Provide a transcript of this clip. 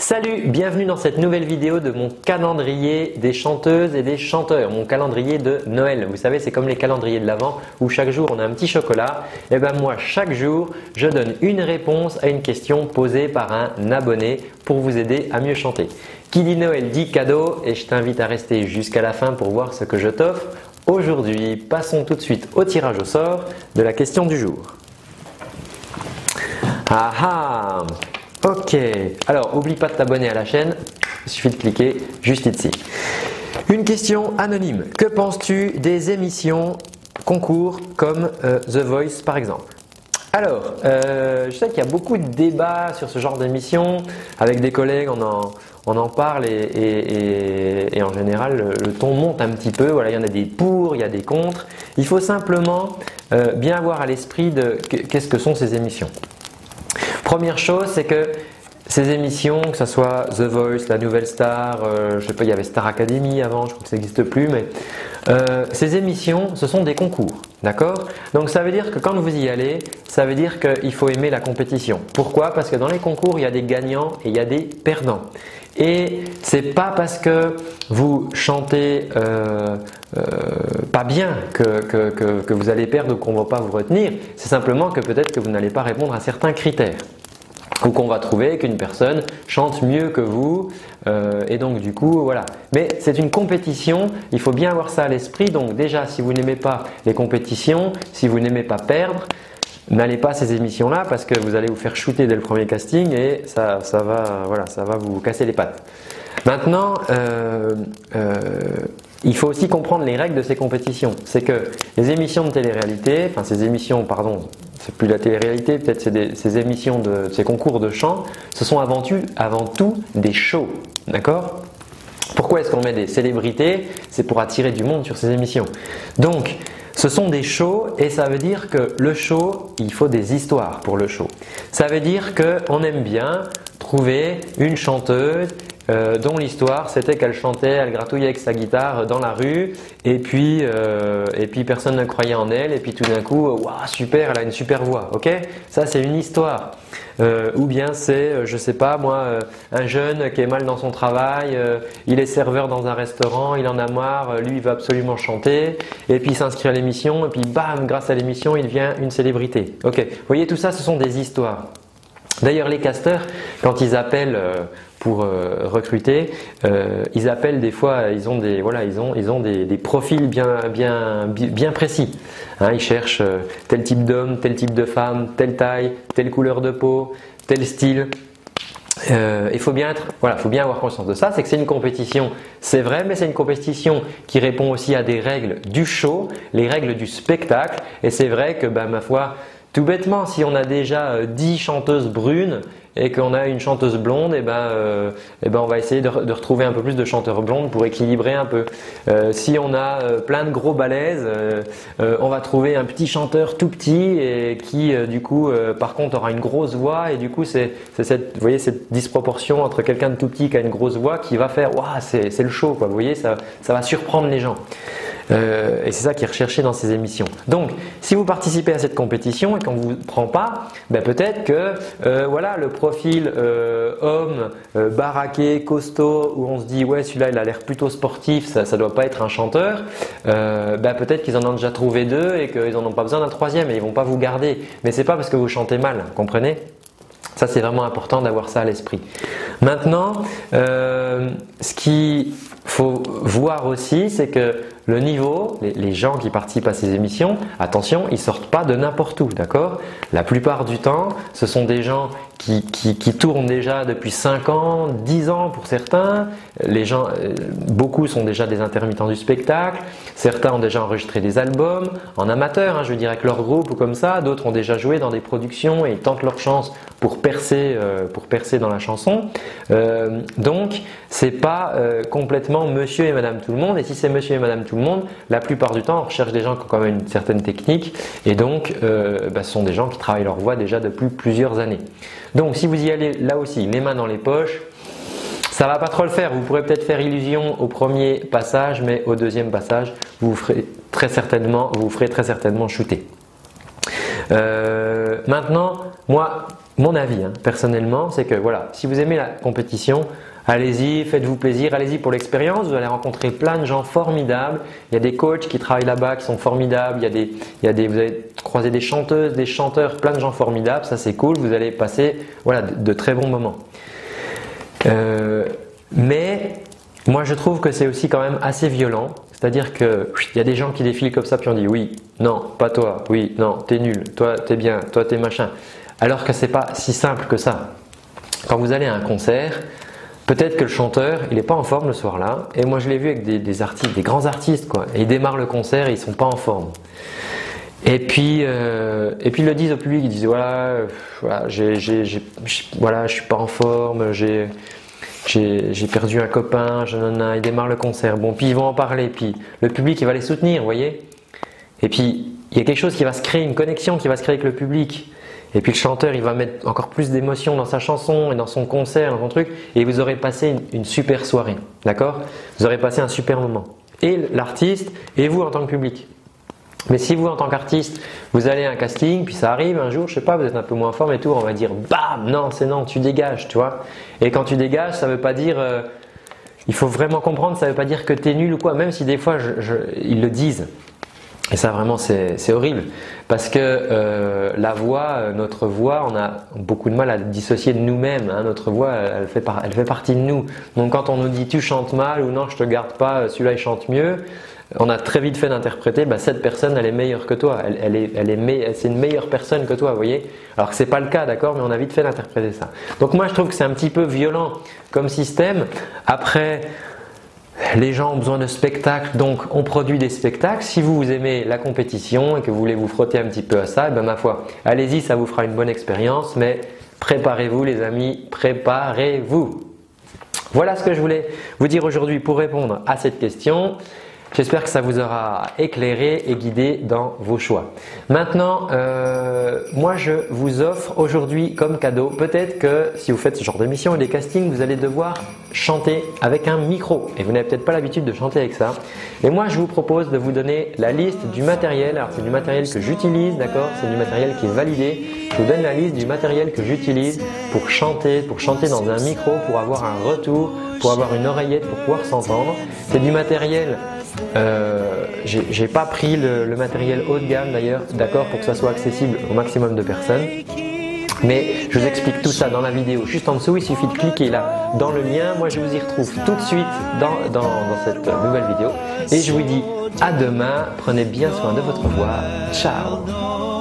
Salut, bienvenue dans cette nouvelle vidéo de mon calendrier des chanteuses et des chanteurs, mon calendrier de Noël. Vous savez, c'est comme les calendriers de l'Avent où chaque jour on a un petit chocolat. Et ben moi, chaque jour, je donne une réponse à une question posée par un abonné pour vous aider à mieux chanter. Qui dit Noël dit cadeau et je t'invite à rester jusqu'à la fin pour voir ce que je t'offre aujourd'hui. Passons tout de suite au tirage au sort de la question du jour. Ah ah! Ok, alors oublie pas de t'abonner à la chaîne, il suffit de cliquer juste ici. Une question anonyme, que penses-tu des émissions concours comme The Voice par exemple? Alors, je sais qu'il y a beaucoup de débats sur ce genre d'émissions, avec des collègues on en parle et en général le ton monte un petit peu, voilà, il y en a des pour, il y a des contre. Il faut simplement bien avoir à l'esprit de qu'est-ce que sont ces émissions. Première chose, c'est que ces émissions, que ce soit The Voice, La Nouvelle Star, je sais pas, il y avait Star Academy avant, je crois que ça n'existe plus, mais ces émissions, ce sont des concours, d'accord? Donc ça veut dire que quand vous y allez, ça veut dire qu'il faut aimer la compétition. Pourquoi? Parce que dans les concours, il y a des gagnants et il y a des perdants. Et c'est pas parce que vous chantez pas bien que vous allez perdre ou qu'on ne va pas vous retenir, c'est simplement que peut-être que vous n'allez pas répondre à certains critères. Ou qu'on va trouver qu'une personne chante mieux que vous et donc du coup voilà. Mais c'est une compétition, il faut bien avoir ça à l'esprit. Donc déjà si vous n'aimez pas les compétitions, si vous n'aimez pas perdre, n'allez pas à ces émissions là parce que vous allez vous faire shooter dès le premier casting et ça va vous casser les pattes. Maintenant il faut aussi comprendre les règles de ces compétitions. C'est que les émissions de télé-réalité, enfin ces émissions, pardon, c'est plus la télé-réalité, peut-être ces émissions de ces concours de chant, ce sont avant tout des shows, d'accord? Pourquoi est-ce qu'on met des célébrités? C'est pour attirer du monde sur ces émissions. Donc, ce sont des shows et ça veut dire que le show, il faut des histoires pour le show. Ça veut dire qu'on aime bien trouver une chanteuse dont l'histoire c'était qu'elle chantait, elle gratouillait avec sa guitare dans la rue et puis personne ne croyait en elle et puis tout d'un coup, waouh super, elle a une super voix, ok? Ça c'est une histoire. Ou bien c'est, je sais pas moi, un jeune qui est mal dans son travail, il est serveur dans un restaurant, il en a marre, lui il veut absolument chanter et puis il s'inscrit à l'émission et puis bam, grâce à l'émission il devient une célébrité. Ok, vous voyez tout ça, ce sont des histoires. D'ailleurs les casteurs, quand ils appellent pour recruter, ils appellent des fois, ils ont des profils bien précis. Hein, ils cherchent tel type d'homme, tel type de femme, telle taille, telle couleur de peau, tel style. Il faut bien avoir conscience de ça, c'est que c'est une compétition, c'est vrai, mais c'est une compétition qui répond aussi à des règles du show, les règles du spectacle. Et c'est vrai que, ma foi, tout bêtement, si on a déjà 10 chanteuses brunes et qu'on a une chanteuse blonde, on va essayer de retrouver un peu plus de chanteurs blondes pour équilibrer un peu. Si on a plein de gros balèzes, on va trouver un petit chanteur tout petit et qui du coup par contre aura une grosse voix et du coup c'est vous voyez cette disproportion entre quelqu'un de tout petit qui a une grosse voix qui va faire waouh c'est le show quoi. Vous voyez ça va surprendre les gens. Et c'est ça qui est recherché dans ces émissions. Donc, si vous participez à cette compétition et qu'on ne vous prend pas, peut-être que le profil homme, baraqué, costaud, où on se dit ouais celui-là il a l'air plutôt sportif, ça doit pas être un chanteur. Peut-être qu'ils en ont déjà trouvé deux et qu'ils en ont pas besoin d'un troisième et ils vont pas vous garder. Mais c'est pas parce que vous chantez mal, comprenez? Ça c'est vraiment important d'avoir ça à l'esprit. Maintenant, ce qu'il faut voir aussi, c'est que le niveau, les gens qui participent à ces émissions, attention, ils sortent pas de n'importe où, d'accord? La plupart du temps, ce sont des gens qui tournent déjà depuis 5 ans, 10 ans pour certains. Les gens, beaucoup sont déjà des intermittents du spectacle. Certains ont déjà enregistré des albums en amateur, je veux dire avec leur groupe ou comme ça. D'autres ont déjà joué dans des productions et ils tentent leur chance pour percer dans la chanson. Donc, c'est pas complètement monsieur et madame tout le monde. Et si c'est monsieur et madame tout le monde, la plupart du temps, on recherche des gens qui ont quand même une certaine technique. Et donc, ce sont des gens qui travaillent leur voix déjà depuis plusieurs années. Donc, si vous y allez là aussi, les mains dans les poches, ça va pas trop le faire. Vous pourrez peut-être faire illusion au premier passage, mais au deuxième passage, vous ferez très certainement shooter. Maintenant, moi, mon avis, hein, personnellement, c'est que voilà, si vous aimez la compétition, allez-y, faites-vous plaisir, allez-y pour l'expérience. Vous allez rencontrer plein de gens formidables. Il y a des coachs qui travaillent là-bas qui sont formidables. Vous allez croiser des chanteuses, des chanteurs, plein de gens formidables. Ça, c'est cool. Vous allez passer voilà, de très bons moments. Mais moi, je trouve que c'est aussi quand même assez violent. C'est-à-dire qu'il y a des gens qui défilent comme ça puis on dit oui, non, pas toi, oui, non, t'es nul, toi, t'es bien, toi, t'es machin. Alors que c'est pas si simple que ça. Quand vous allez à un concert, peut-être que le chanteur, il n'est pas en forme le soir-là. Et moi, je l'ai vu avec des artistes, des grands artistes, quoi. Et ils démarrent le concert et ils sont pas en forme. Et puis ils le disent au public, ils disent voilà, je suis pas en forme, j'ai perdu un copain, ils démarrent le concert. Bon, puis ils vont en parler, puis le public il va les soutenir, vous voyez. Et puis il y a quelque chose qui va se créer, une connexion qui va se créer avec le public. Et puis le chanteur il va mettre encore plus d'émotion dans sa chanson et dans son concert, dans son truc, et vous aurez passé une super soirée, d'accord? Vous aurez passé un super moment. Et l'artiste et vous en tant que public. Mais si vous en tant qu'artiste, vous allez à un casting, puis ça arrive un jour, je sais pas, vous êtes un peu moins en forme et tout, on va dire bam, non, c'est non, tu dégages, tu vois. Et quand tu dégages, ça veut pas dire, il faut vraiment comprendre, ça veut pas dire que tu es nul ou quoi, même si des fois ils le disent. Et ça vraiment c'est horrible parce que la voix, notre voix, on a beaucoup de mal à dissocier de nous-mêmes. Hein. Notre voix, elle fait partie de nous. Donc quand on nous dit tu chantes mal ou non je te garde pas, celui-là il chante mieux, on a très vite fait d'interpréter cette personne elle est meilleure que toi, c'est une meilleure personne que toi, vous voyez. Alors que c'est pas le cas, d'accord, mais on a vite fait d'interpréter ça. Donc moi je trouve que c'est un petit peu violent comme système. Après, les gens ont besoin de spectacles, donc on produit des spectacles. Si vous aimez la compétition et que vous voulez vous frotter un petit peu à ça, ma foi, allez-y, ça vous fera une bonne expérience, mais préparez-vous les amis, préparez-vous. Voilà ce que je voulais vous dire aujourd'hui pour répondre à cette question. J'espère que ça vous aura éclairé et guidé dans vos choix. Maintenant, moi je vous offre aujourd'hui comme cadeau, peut-être que si vous faites ce genre d'émission et des castings, vous allez devoir chanter avec un micro et vous n'avez peut-être pas l'habitude de chanter avec ça. Et moi je vous propose de vous donner la liste du matériel. Alors c'est du matériel que j'utilise, d'accord? C'est du matériel qui est validé. Je vous donne la liste du matériel que j'utilise pour chanter dans un micro, pour avoir un retour, pour avoir une oreillette, pour pouvoir s'entendre. C'est du matériel. J'ai pas pris le matériel haut de gamme d'ailleurs, d'accord, pour que ça soit accessible au maximum de personnes. Mais je vous explique tout ça dans la vidéo juste en dessous. Il suffit de cliquer là dans le lien. Moi je vous y retrouve tout de suite dans cette nouvelle vidéo. Et je vous dis à demain. Prenez bien soin de votre voix. Ciao.